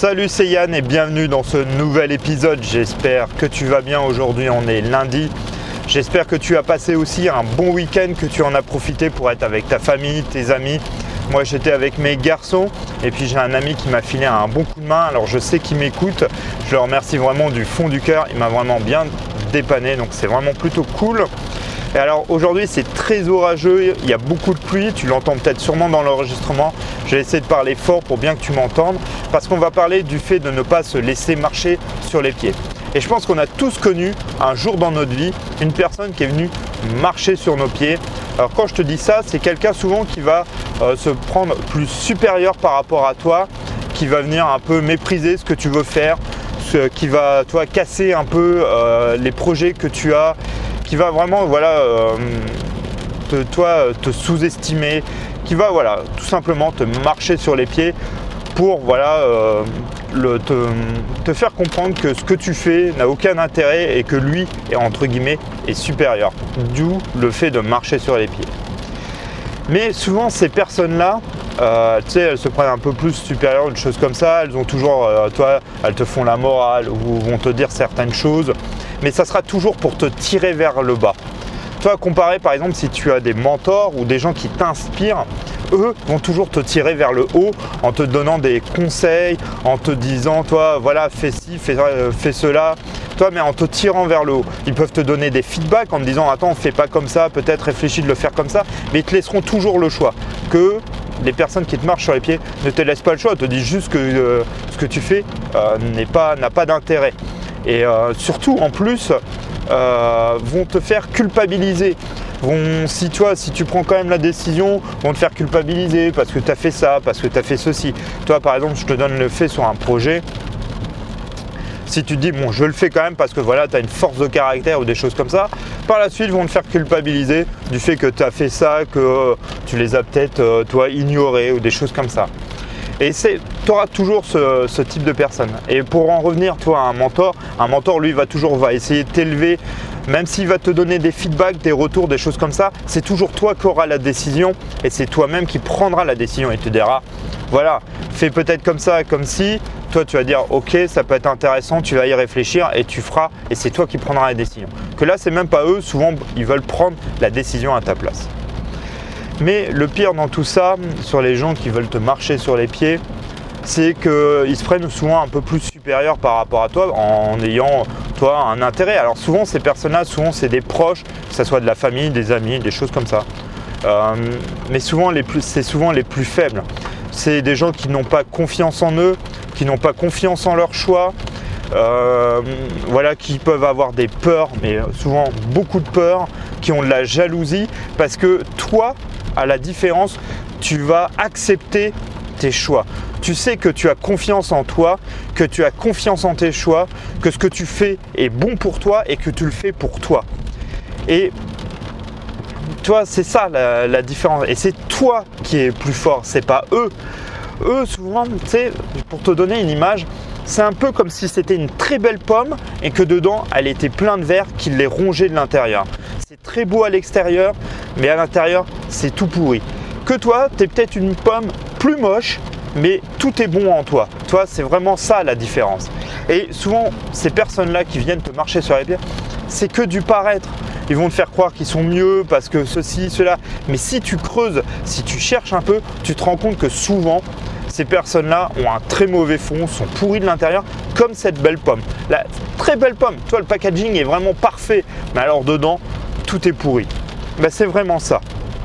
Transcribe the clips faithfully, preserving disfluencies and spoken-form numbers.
Salut, c'est Yann et bienvenue dans ce nouvel épisode. J'espère que tu vas bien. Aujourd'hui, on est lundi. J'espère que tu as passé aussi un bon week-end, que tu en as profité pour être avec ta famille, tes amis. Moi, j'étais avec mes garçons et puis j'ai un ami qui m'a filé un bon coup de main. Alors, je sais qu'il m'écoute. Je le remercie vraiment du fond du cœur. Il m'a vraiment bien dépanné, donc c'est vraiment plutôt cool. Et alors aujourd'hui c'est très orageux, il y a beaucoup de pluie, tu l'entends peut-être sûrement dans l'enregistrement. Je vais essayer de parler fort pour bien que tu m'entendes, parce qu'on va parler du fait de ne pas se laisser marcher sur les pieds. Et je pense qu'on a tous connu un jour dans notre vie une personne qui est venue marcher sur nos pieds. Alors quand je te dis ça, c'est quelqu'un souvent qui va euh, se prendre plus supérieur par rapport à toi, qui va venir un peu mépriser ce que tu veux faire, ce qui va toi casser un peu euh, les projets que tu as, qui va vraiment voilà, euh, te, toi, te sous-estimer, qui va voilà, tout simplement te marcher sur les pieds pour voilà, euh, le, te, te faire comprendre que ce que tu fais n'a aucun intérêt et que lui, est, entre guillemets, est supérieur. D'où le fait de marcher sur les pieds. Mais souvent, ces personnes-là, euh, tu sais, elles se prennent un peu plus supérieures, une chose comme ça. Elles ont toujours, euh, toi, elles te font la morale ou vont te dire certaines choses. Mais ça sera toujours pour te tirer vers le bas. Toi, comparé par exemple si tu as des mentors ou des gens qui t'inspirent, eux vont toujours te tirer vers le haut en te donnant des conseils, en te disant, toi, voilà, fais ci, fais, euh, fais cela, toi, mais en te tirant vers le haut. Ils peuvent te donner des feedbacks en te disant, attends, fais pas comme ça, peut-être réfléchis de le faire comme ça, mais ils te laisseront toujours le choix. Que les personnes qui te marchent sur les pieds ne te laissent pas le choix, te disent juste que euh, ce que tu fais euh, n'est pas, n'a pas d'intérêt. Et euh, surtout, en plus, euh, vont te faire culpabiliser. Vont, si, toi, si tu prends quand même la décision, vont te faire culpabiliser parce que tu as fait ça, parce que tu as fait ceci. Toi, par exemple, je te donne le fait sur un projet. Si tu te dis, bon, je le fais quand même parce que voilà, tu as une force de caractère ou des choses comme ça, par la suite, ils vont te faire culpabiliser du fait que tu as fait ça, que euh, tu les as peut-être, euh, toi, ignorés ou des choses comme ça. Et tu auras toujours ce, ce type de personne. Et pour en revenir, toi, à un mentor, un mentor, lui, va toujours va essayer de t'élever, même s'il va te donner des feedbacks, des retours, des choses comme ça, c'est toujours toi qui auras la décision et c'est toi-même qui prendras la décision et te dira, voilà, fais peut-être comme ça, comme si, toi, tu vas dire, ok, ça peut être intéressant, tu vas y réfléchir et tu feras et c'est toi qui prendras la décision. Que là, c'est même pas eux, souvent, ils veulent prendre la décision à ta place. Mais le pire dans tout ça, sur les gens qui veulent te marcher sur les pieds, c'est qu'ils se prennent souvent un peu plus supérieurs par rapport à toi en ayant, toi, un intérêt. Alors souvent, ces personnes-là, souvent, c'est des proches, que ce soit de la famille, des amis, des choses comme ça. Euh, mais souvent, les plus, c'est souvent les plus faibles. C'est des gens qui n'ont pas confiance en eux, qui n'ont pas confiance en leur choix, euh, voilà, qui peuvent avoir des peurs, mais souvent beaucoup de peurs, qui ont de la jalousie, parce que toi, à la différence, tu vas accepter tes choix. Tu sais que tu as confiance en toi, que tu as confiance en tes choix, que ce que tu fais est bon pour toi et que tu le fais pour toi. Et toi, c'est ça la, la différence. Et c'est toi qui es plus fort, c'est pas eux. Eux, souvent, tu sais, pour te donner une image, c'est un peu comme si c'était une très belle pomme et que dedans, elle était pleine de verre qui les rongeait de l'intérieur. C'est très beau à l'extérieur, mais à l'intérieur, c'est tout pourri. Que toi, tu es peut-être une pomme plus moche, mais tout est bon en toi. Toi, c'est vraiment ça la différence. Et souvent, ces personnes-là qui viennent te marcher sur les pieds, c'est que du paraître. Ils vont te faire croire qu'ils sont mieux parce que ceci, cela. Mais si tu creuses, si tu cherches un peu, tu te rends compte que souvent, ces personnes-là ont un très mauvais fond, sont pourris de l'intérieur, comme cette belle pomme. La très belle pomme. Toi, le packaging est vraiment parfait, mais alors dedans, tout est pourri. Ben, c'est vraiment ça.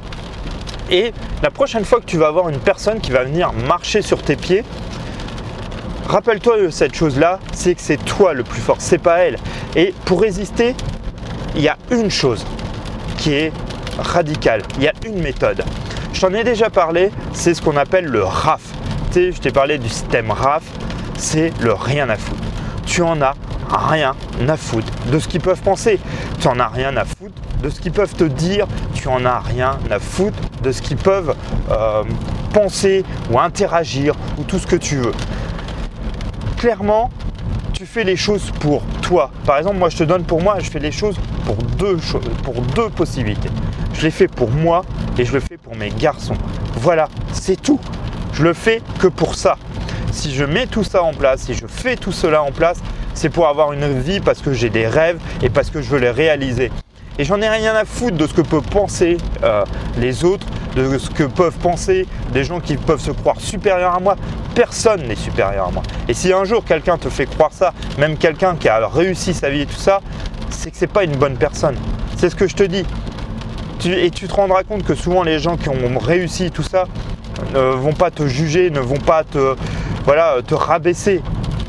Et la prochaine fois que tu vas avoir une personne qui va venir marcher sur tes pieds, rappelle-toi de cette chose-là, c'est que c'est toi le plus fort, c'est pas elle. Et pour résister, il y a une chose qui est radicale, il y a une méthode. Je t'en ai déjà parlé, c'est ce qu'on appelle le R A F. Tu sais, je t'ai parlé du système R A F, c'est le rien à foutre. Tu en as rien à foutre de ce qu'ils peuvent penser. Tu en as rien à foutre de ce qu'ils peuvent te dire. Tu en as rien à foutre de ce qu'ils peuvent euh, penser ou interagir ou tout ce que tu veux. Clairement, tu fais les choses pour toi. Par exemple, moi je te donne pour moi, je fais les choses pour deux choses, pour deux possibilités. Je les fais pour moi et je le fais pour mes garçons. Voilà, c'est tout. Je le fais que pour ça. si je mets tout ça en place, si je fais tout cela en place, c'est pour avoir une vie parce que j'ai des rêves et parce que je veux les réaliser. Et j'en ai rien à foutre de ce que peuvent penser euh, les autres, de ce que peuvent penser des gens qui peuvent se croire supérieurs à moi. Personne n'est supérieur à moi. Et si un jour quelqu'un te fait croire ça, même quelqu'un qui a réussi sa vie et tout ça, c'est que c'est pas une bonne personne. C'est ce que je te dis. Tu, et tu te rendras compte que souvent les gens qui ont réussi tout ça ne vont pas te juger, ne vont pas te, voilà, te rabaisser.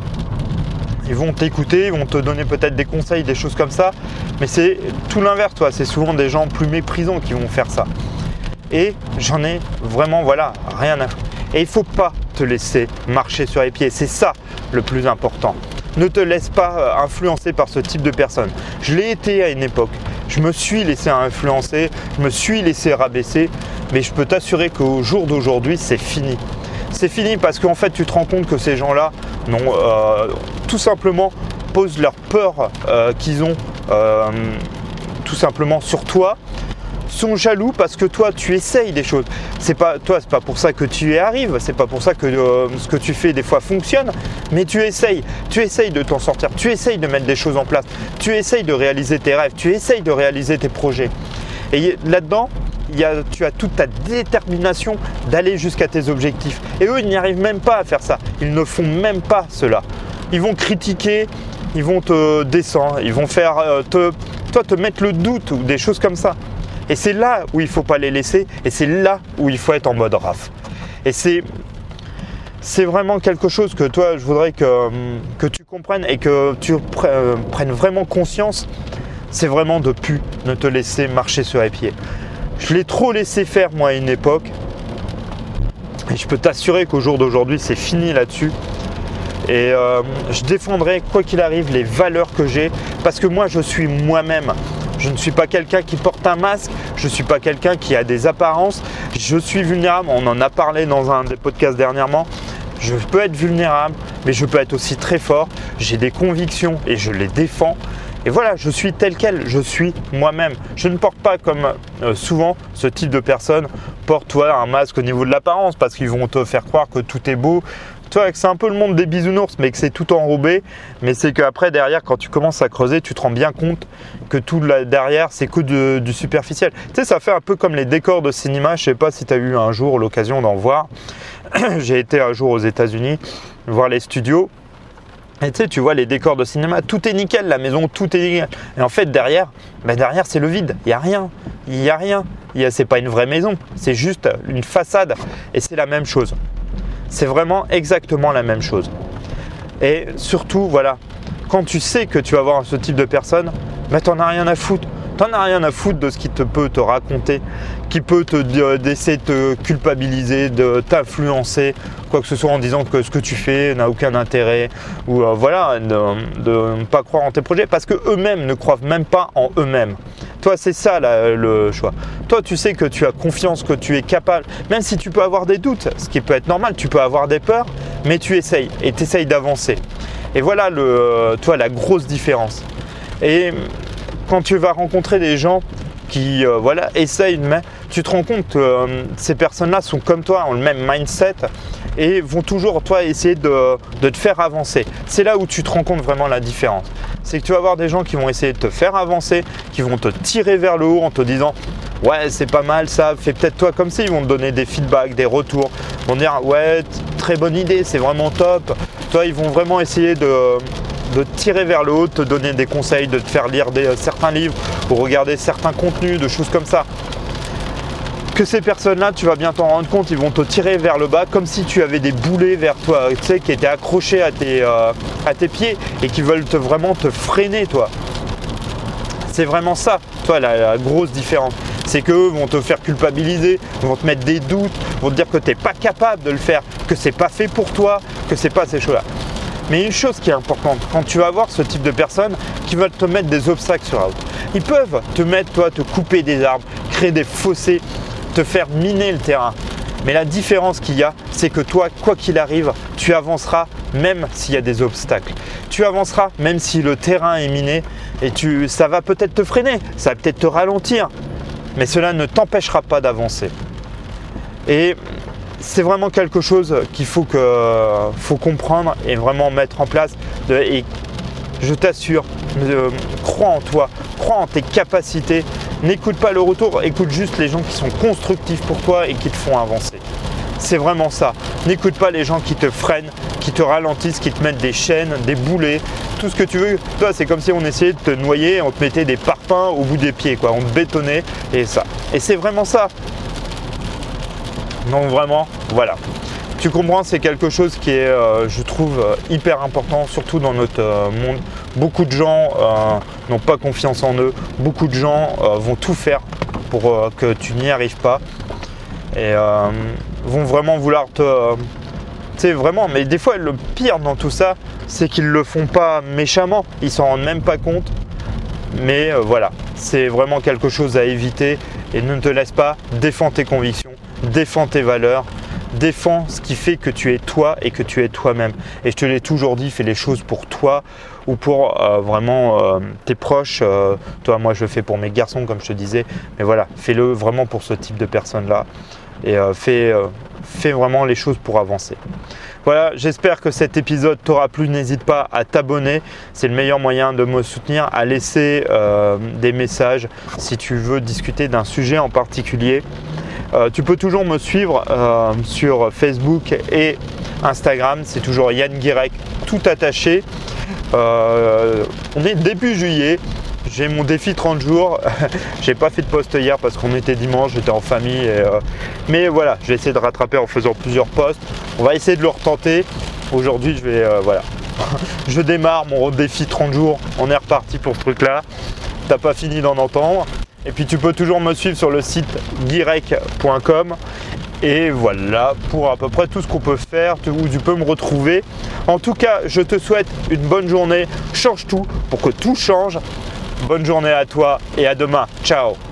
Ils vont t'écouter, ils vont te donner peut-être des conseils, des choses comme ça. Mais c'est tout l'inverse, toi. C'est souvent des gens plus méprisants qui vont faire ça. Et j'en ai vraiment, voilà, rien à foutre. Et il ne faut pas te laisser marcher sur les pieds. C'est ça le plus important. Ne te laisse pas influencer par ce type de personne. Je l'ai été à une époque. Je me suis laissé influencer, je me suis laissé rabaisser. Mais je peux t'assurer qu'au jour d'aujourd'hui, c'est fini. C'est fini parce qu'en fait, tu te rends compte que ces gens-là non, euh, tout simplement posent leur peur euh, qu'ils ont euh, tout simplement sur toi, sont jaloux parce que toi tu essayes des choses. C'est pas toi, c'est pas pour ça que tu y arrives, c'est pas pour ça que euh, ce que tu fais des fois fonctionne, mais tu essayes, tu essayes de t'en sortir, tu essayes de mettre des choses en place, tu essayes de réaliser tes rêves, tu essayes de réaliser tes projets. Et là-dedans, il y a, tu as toute ta détermination d'aller jusqu'à tes objectifs. Et eux, ils n'y arrivent même pas à faire ça. Ils ne font même pas cela. Ils vont critiquer, ils vont te descendre, ils vont faire euh, te, toi te mettre le doute ou des choses comme ça. Et c'est là où il ne faut pas les laisser et c'est là où il faut être en mode raf. Et c'est, c'est vraiment quelque chose que toi, je voudrais que, que tu comprennes et que tu prennes vraiment conscience. C'est vraiment de plus ne te laisser marcher sur les pieds. Je l'ai trop laissé faire moi à une époque. Et je peux t'assurer qu'au jour d'aujourd'hui, c'est fini là-dessus. Et euh, je défendrai, quoi qu'il arrive, les valeurs que j'ai. Parce que moi, je suis moi-même. Je ne suis pas quelqu'un qui porte un masque. Je ne suis pas quelqu'un qui a des apparences. Je suis vulnérable. On en a parlé dans un des podcasts dernièrement. Je peux être vulnérable, mais je peux être aussi très fort. J'ai des convictions et je les défends. Et voilà, je suis tel quel, je suis moi-même. Je ne porte pas comme euh, souvent ce type de personnes porte toi un masque au niveau de l'apparence parce qu'ils vont te faire croire que tout est beau. Tu vois, que c'est un peu le monde des bisounours, mais que c'est tout enrobé. Mais c'est qu'après, derrière, quand tu commences à creuser, tu te rends bien compte que tout là, derrière, c'est que de, du superficiel. Tu sais, ça fait un peu comme les décors de cinéma. Je ne sais pas si tu as eu un jour l'occasion d'en voir. J'ai été un jour aux États-Unis voir les studios. Et tu sais, tu vois les décors de cinéma, tout est nickel, la maison, tout est nickel. Et en fait, derrière, ben derrière c'est le vide. Il n'y a rien. Il n'y a rien. Il y a, c'est pas une vraie maison. C'est juste une façade. Et c'est la même chose. C'est vraiment exactement la même chose. Et surtout, voilà, quand tu sais que tu vas avoir ce type de personne, ben t'en as rien à foutre. T'en as rien à foutre de ce qui te peut te raconter, qui peut te d'essayer de te culpabiliser, de t'influencer, quoi que ce soit en disant que ce que tu fais n'a aucun intérêt ou euh, voilà, de ne pas croire en tes projets parce que eux-mêmes ne croient même pas en eux-mêmes. Toi, c'est ça là, le choix. Toi, tu sais que tu as confiance, que tu es capable, même si tu peux avoir des doutes, ce qui peut être normal, tu peux avoir des peurs, mais tu essayes et tu essayes d'avancer. Et voilà le, toi, la grosse différence. Et quand tu vas rencontrer des gens qui euh, voilà, essayent, mais tu te rends compte que euh, ces personnes-là sont comme toi, ont le même mindset et vont toujours toi essayer de, de te faire avancer. C'est là où tu te rends compte vraiment la différence. C'est que tu vas avoir des gens qui vont essayer de te faire avancer, qui vont te tirer vers le haut en te disant « Ouais, c'est pas mal ça, fais peut-être toi comme ça. » Ils vont te donner des feedbacks, des retours. Ils vont dire « Ouais, très bonne idée, c'est vraiment top. » Toi, ils vont vraiment essayer de... de te tirer vers le haut, de te donner des conseils, de te faire lire des, euh, certains livres ou regarder certains contenus, de choses comme ça. Que ces personnes-là, tu vas bien t'en rendre compte, ils vont te tirer vers le bas comme si tu avais des boulets vers toi, tu sais, qui étaient accrochés à tes, euh, à tes pieds et qui veulent te, vraiment te freiner, toi. C'est vraiment ça, toi, la, la grosse différence. C'est qu'eux vont te faire culpabiliser, vont te mettre des doutes, vont te dire que tu n'es pas capable de le faire, que c'est pas fait pour toi, que c'est pas ces choses-là. Mais une chose qui est importante, quand tu vas avoir ce type de personnes qui veulent te mettre des obstacles sur la route, ils peuvent te mettre, toi, te couper des arbres, créer des fossés, te faire miner le terrain. Mais la différence qu'il y a, c'est que toi, quoi qu'il arrive, tu avanceras même s'il y a des obstacles. Tu avanceras même si le terrain est miné et tu, ça va peut-être te freiner, ça va peut-être te ralentir, mais cela ne t'empêchera pas d'avancer. Et c'est vraiment quelque chose qu'il faut, que, faut comprendre et vraiment mettre en place. De, et je t'assure, de, crois en toi, crois en tes capacités. N'écoute pas le retour, écoute juste les gens qui sont constructifs pour toi et qui te font avancer. C'est vraiment ça. N'écoute pas les gens qui te freinent, qui te ralentissent, qui te mettent des chaînes, des boulets, tout ce que tu veux. Toi, c'est comme si on essayait de te noyer, on te mettait des parpaings au bout des pieds, quoi. On te bétonnait et ça. Et c'est vraiment ça. Donc vraiment, voilà. Tu comprends, c'est quelque chose qui est, euh, je trouve, euh, hyper important, surtout dans notre euh, monde. Beaucoup de gens euh, n'ont pas confiance en eux. Beaucoup de gens euh, vont tout faire pour euh, que tu n'y arrives pas. Et euh, vont vraiment vouloir te... Euh, tu sais, vraiment, mais des fois, le pire dans tout ça, c'est qu'ils ne le font pas méchamment. Ils s'en rendent même pas compte. Mais euh, voilà, c'est vraiment quelque chose à éviter. Et ne te laisse pas, défends tes convictions, défends tes valeurs. Défends ce qui fait que tu es toi et que tu es toi-même. Et je te l'ai toujours dit, fais les choses pour toi ou pour euh, vraiment euh, tes proches. Euh, toi, moi, je le fais pour mes garçons, comme je te disais. Mais voilà, fais-le vraiment pour ce type de personnes-là. Et euh, fais, euh, fais vraiment les choses pour avancer. Voilà, j'espère que cet épisode t'aura plu. N'hésite pas à t'abonner. C'est le meilleur moyen de me soutenir, à laisser euh, des messages si tu veux discuter d'un sujet en particulier. Euh, tu peux toujours me suivre euh, sur Facebook et Instagram, c'est toujours Yann Guirec, tout attaché. Euh, on est début juillet, j'ai mon défi trente jours. J'ai pas fait de post hier parce qu'on était dimanche, j'étais en famille. Et, euh, mais voilà, je vais essayer de rattraper en faisant plusieurs posts. On va essayer de le retenter. Aujourd'hui, je vais, euh, voilà, je démarre mon défi trente jours. On est reparti pour ce truc-là. T'as pas fini d'en entendre. Et puis tu peux toujours me suivre sur le site guirec point com. Et voilà pour à peu près tout ce qu'on peut faire, où tu peux me retrouver. En tout cas, je te souhaite une bonne journée. Change tout pour que tout change. Bonne journée à toi et à demain. Ciao.